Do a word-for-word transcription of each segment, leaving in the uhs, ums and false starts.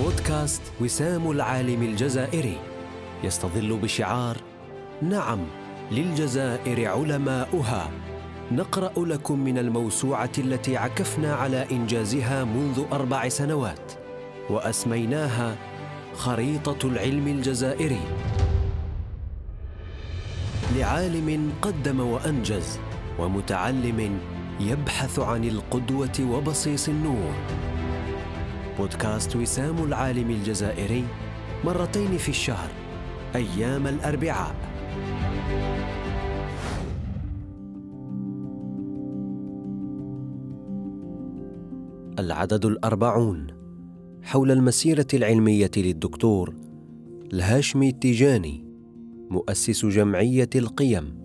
بودكاست وسام العالم الجزائري يستظل بشعار نعم للجزائر علماؤها. نقرأ لكم من الموسوعة التي عكفنا على إنجازها منذ أربع سنوات وأسميناها خريطة العلم الجزائري، لعالم قدم وأنجز ومتعلم يبحث عن القدوة وبصيص النور. بودكاست وسام العالم الجزائري مرتين في الشهر أيام الأربعاء. العدد الأربعون، حول المسيرة العلمية للدكتور الهاشمي التيجاني، مؤسس جمعية القيم.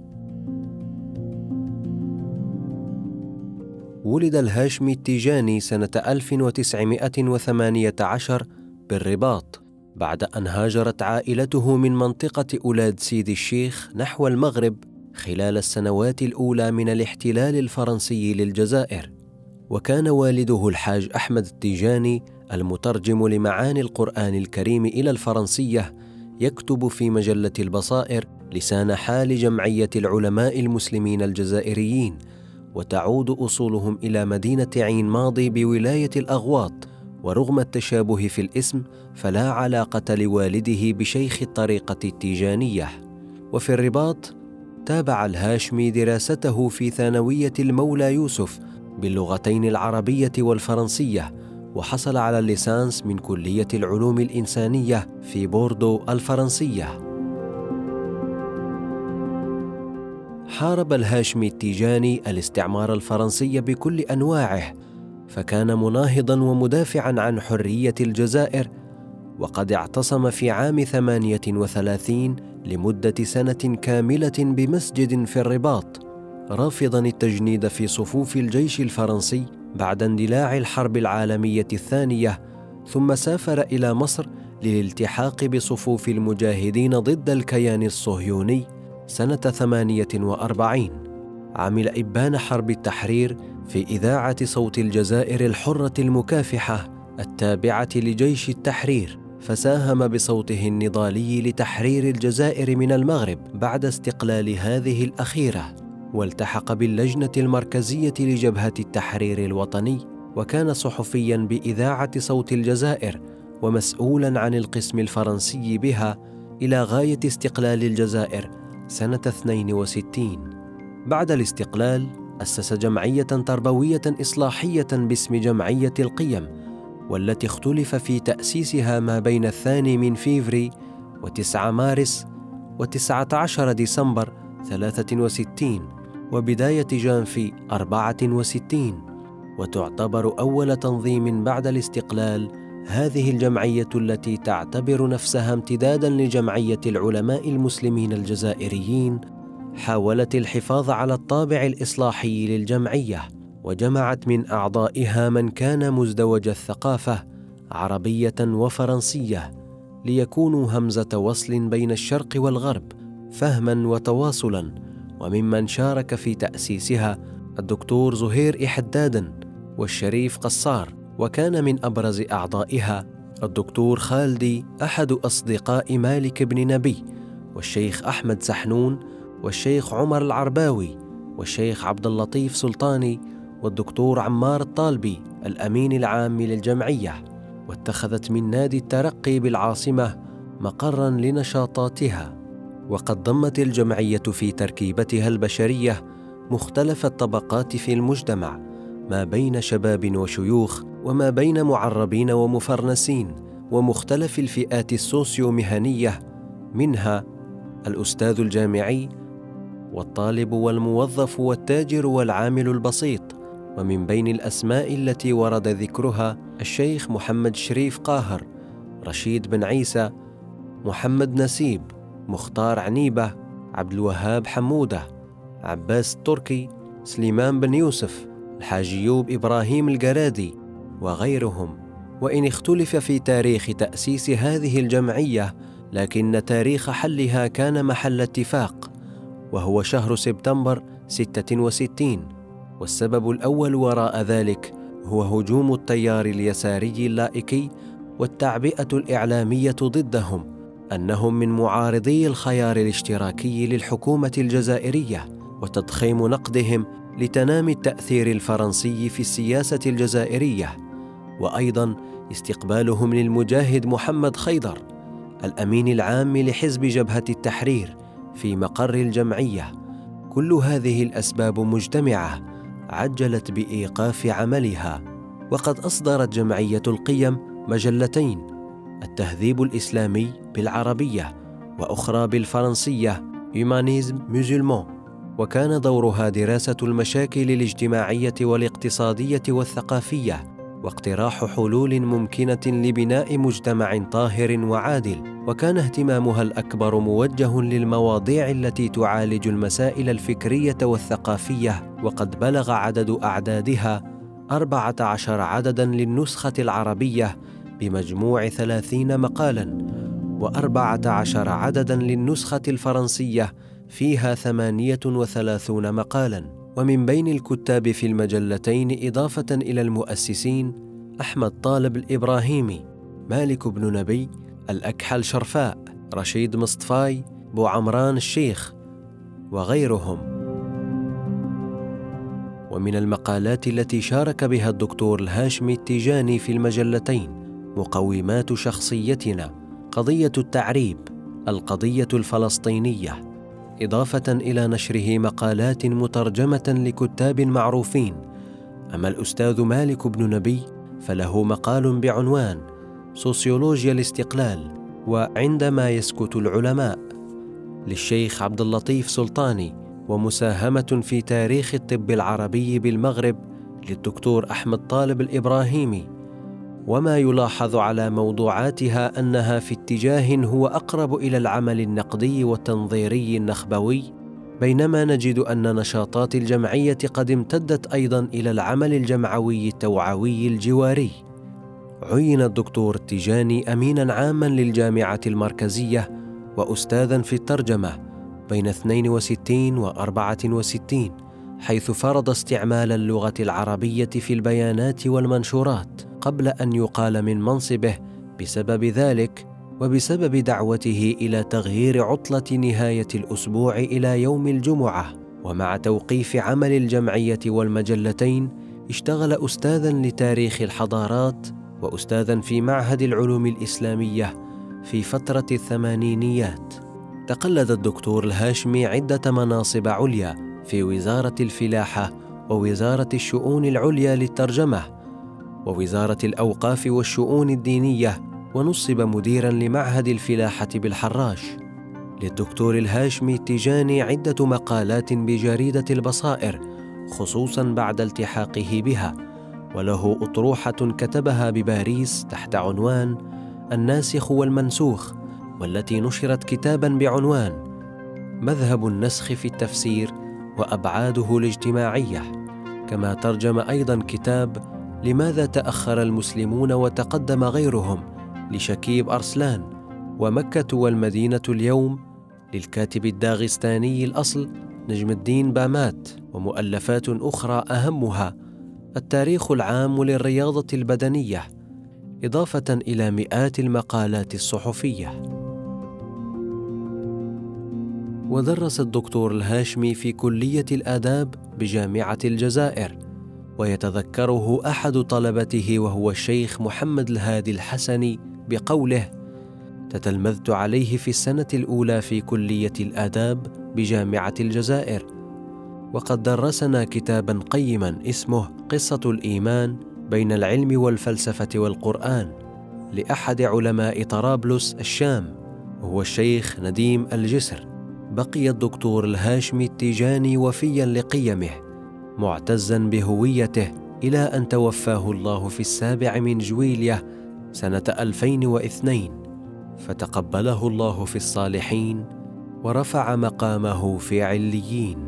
ولد الهاشمي التيجاني سنة ألف وتسعمائة وثمانية عشر بالرباط، بعد أن هاجرت عائلته من منطقة أولاد سيد الشيخ نحو المغرب خلال السنوات الأولى من الاحتلال الفرنسي للجزائر. وكان والده الحاج أحمد التيجاني المترجم لمعاني القرآن الكريم إلى الفرنسية يكتب في مجلة البصائر لسان حال جمعية العلماء المسلمين الجزائريين، وتعود أصولهم إلى مدينة عين ماضي بولاية الأغواط. ورغم التشابه في الاسم فلا علاقة لوالده بشيخ الطريقة التيجانية. وفي الرباط تابع الهاشمي دراسته في ثانوية المولى يوسف باللغتين العربية والفرنسية، وحصل على الليسانس من كلية العلوم الإنسانية في بوردو الفرنسية. حارب الهاشمي التيجاني الاستعمار الفرنسي بكل أنواعه، فكان مناهضاً ومدافعاً عن حرية الجزائر، وقد اعتصم في عام ثمانية وثلاثين لمدة سنة كاملة بمسجد في الرباط، رافضاً التجنيد في صفوف الجيش الفرنسي بعد اندلاع الحرب العالمية الثانية، ثم سافر إلى مصر للالتحاق بصفوف المجاهدين ضد الكيان الصهيوني سنة ثمانية وأربعين. عمل إبان حرب التحرير في إذاعة صوت الجزائر الحرة المكافحة التابعة لجيش التحرير، فساهم بصوته النضالي لتحرير الجزائر من المغرب بعد استقلال هذه الأخيرة، والتحق باللجنة المركزية لجبهة التحرير الوطني، وكان صحفياً بإذاعة صوت الجزائر ومسؤولاً عن القسم الفرنسي بها إلى غاية استقلال الجزائر سنة اثنين وستين. بعد الاستقلال أسس جمعية تربوية إصلاحية باسم جمعية القيم، والتي اختلف في تأسيسها ما بين الثاني من فيفري وتسعة مارس وتسعة عشر ديسمبر ثلاثة وستين وبداية جانفي أربعة وستين، وتعتبر أول تنظيم بعد الاستقلال. هذه الجمعية التي تعتبر نفسها امتداداً لجمعية العلماء المسلمين الجزائريين حاولت الحفاظ على الطابع الإصلاحي للجمعية، وجمعت من أعضائها من كان مزدوج الثقافة عربية وفرنسية ليكونوا همزة وصل بين الشرق والغرب فهماً وتواصلاً. وممن شارك في تأسيسها الدكتور زهير حداداً والشريف قصار، وكان من أبرز أعضائها الدكتور خالدي أحد أصدقاء مالك بن نبي، والشيخ أحمد سحنون، والشيخ عمر العرباوي، والشيخ عبد اللطيف سلطاني، والدكتور عمار الطالبي الأمين العام للجمعية. واتخذت من نادي الترقي بالعاصمة مقراً لنشاطاتها. وقد ضمت الجمعية في تركيبتها البشرية مختلف الطبقات في المجتمع، ما بين شباب وشيوخ، وما بين معربين ومفرنسين، ومختلف الفئات السوسيو-مهنية، منها الأستاذ الجامعي والطالب والموظف والتاجر والعامل البسيط. ومن بين الأسماء التي ورد ذكرها الشيخ محمد شريف قاهر، رشيد بن عيسى، محمد نسيب، مختار عنيبة، عبد الوهاب حمودة، عباس التركي، سليمان بن يوسف، الحاج يوب إبراهيم الجرادي، وغيرهم. وإن اختلف في تاريخ تأسيس هذه الجمعية، لكن تاريخ حلها كان محل اتفاق، وهو شهر سبتمبر ستة وستين. والسبب الأول وراء ذلك هو هجوم التيار اليساري اللائكي والتعبئة الإعلامية ضدهم أنهم من معارضي الخيار الاشتراكي للحكومة الجزائرية، وتضخيم نقدهم لتنامي التأثير الفرنسي في السياسة الجزائرية، وأيضاً استقبالهم للمجاهد محمد خيضر الأمين العام لحزب جبهة التحرير في مقر الجمعية. كل هذه الأسباب مجتمعة عجلت بإيقاف عملها. وقد أصدرت جمعية القيم مجلتين، التهذيب الإسلامي بالعربية وأخرى بالفرنسية هيومانيزم مسلمان، وكان دورها دراسة المشاكل الاجتماعية والاقتصادية والثقافية واقتراح حلول ممكنة لبناء مجتمع طاهر وعادل. وكان اهتمامها الأكبر موجه للمواضيع التي تعالج المسائل الفكرية والثقافية، وقد بلغ عدد أعدادها أربعة عشر عدداً للنسخة العربية بمجموع ثلاثين مقالاً، وأربعة عشر عدداً للنسخة الفرنسية فيها ثمانية وثلاثون مقالاً. ومن بين الكتاب في المجلتين إضافة إلى المؤسسين أحمد طالب الإبراهيمي، مالك بن نبي، الأكحل شرفاء، رشيد مصطفاي، بو عمران الشيخ وغيرهم. ومن المقالات التي شارك بها الدكتور الهاشمي التيجاني في المجلتين مقومات شخصيتنا، قضية التعريب، القضية الفلسطينية، إضافة إلى نشره مقالات مترجمة لكتاب معروفين. أما الأستاذ مالك بن نبي فله مقال بعنوان سوسيولوجيا الاستقلال وعندما يسكت العلماء للشيخ عبد اللطيف سلطاني، ومساهمة في تاريخ الطب العربي بالمغرب للدكتور أحمد طالب الإبراهيمي. وما يلاحظ على موضوعاتها أنها في اتجاه هو أقرب إلى العمل النقدي والتنظيري النخبوي، بينما نجد أن نشاطات الجمعية قد امتدت أيضاً إلى العمل الجمعوي التوعوي الجواري. عين الدكتور التيجاني أميناً عاماً للجامعة المركزية وأستاذاً في الترجمة بين اثنين وستين وأربعة وستين، حيث فرض استعمال اللغة العربية في البيانات والمنشورات قبل أن يقال من منصبه بسبب ذلك، وبسبب دعوته إلى تغيير عطلة نهاية الأسبوع إلى يوم الجمعة. ومع توقيف عمل الجمعية والمجلتين اشتغل أستاذاً لتاريخ الحضارات وأستاذاً في معهد العلوم الإسلامية في فترة الثمانينيات. تقلد الدكتور الهاشمي عدة مناصب عليا في وزارة الفلاحة ووزارة الشؤون العليا للترجمة ووزارة الأوقاف والشؤون الدينية، ونصب مديراً لمعهد الفلاحة بالحراش. للدكتور الهاشمي التيجاني عدة مقالات بجريدة البصائر خصوصاً بعد التحاقه بها، وله أطروحة كتبها بباريس تحت عنوان الناسخ والمنسوخ، والتي نشرت كتاباً بعنوان مذهب النسخ في التفسير وأبعاده الاجتماعية. كما ترجم أيضاً كتاب لماذا تأخر المسلمون وتقدم غيرهم لشكيب أرسلان، ومكة والمدينة اليوم للكاتب الداغستاني الأصل نجم الدين بامات، ومؤلفات أخرى أهمها التاريخ العام للرياضة البدنية، إضافة إلى مئات المقالات الصحفية. ودرس الدكتور الهاشمي في كلية الآداب بجامعة الجزائر، ويتذكره أحد طلبته وهو الشيخ محمد الهادي الحسني بقوله: تتلمذت عليه في السنة الأولى في كلية الآداب بجامعة الجزائر، وقد درسنا كتاباً قيماً اسمه قصة الإيمان بين العلم والفلسفة والقرآن لأحد علماء طرابلس الشام وهو الشيخ نديم الجسر. بقي الدكتور الهاشمي التيجاني وفياً لقيمه معتزاً بهويته إلى أن توفاه الله في السابع من جويلية سنة ألفين واثنين، فتقبله الله في الصالحين ورفع مقامه في عليين.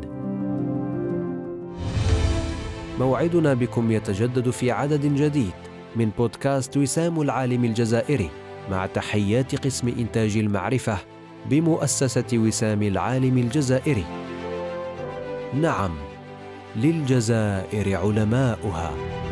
موعدنا بكم يتجدد في عدد جديد من بودكاست وسام العالم الجزائري، مع تحيات قسم إنتاج المعرفة بمؤسسة وسام العالم الجزائري. نعم، للجزائر علماؤها.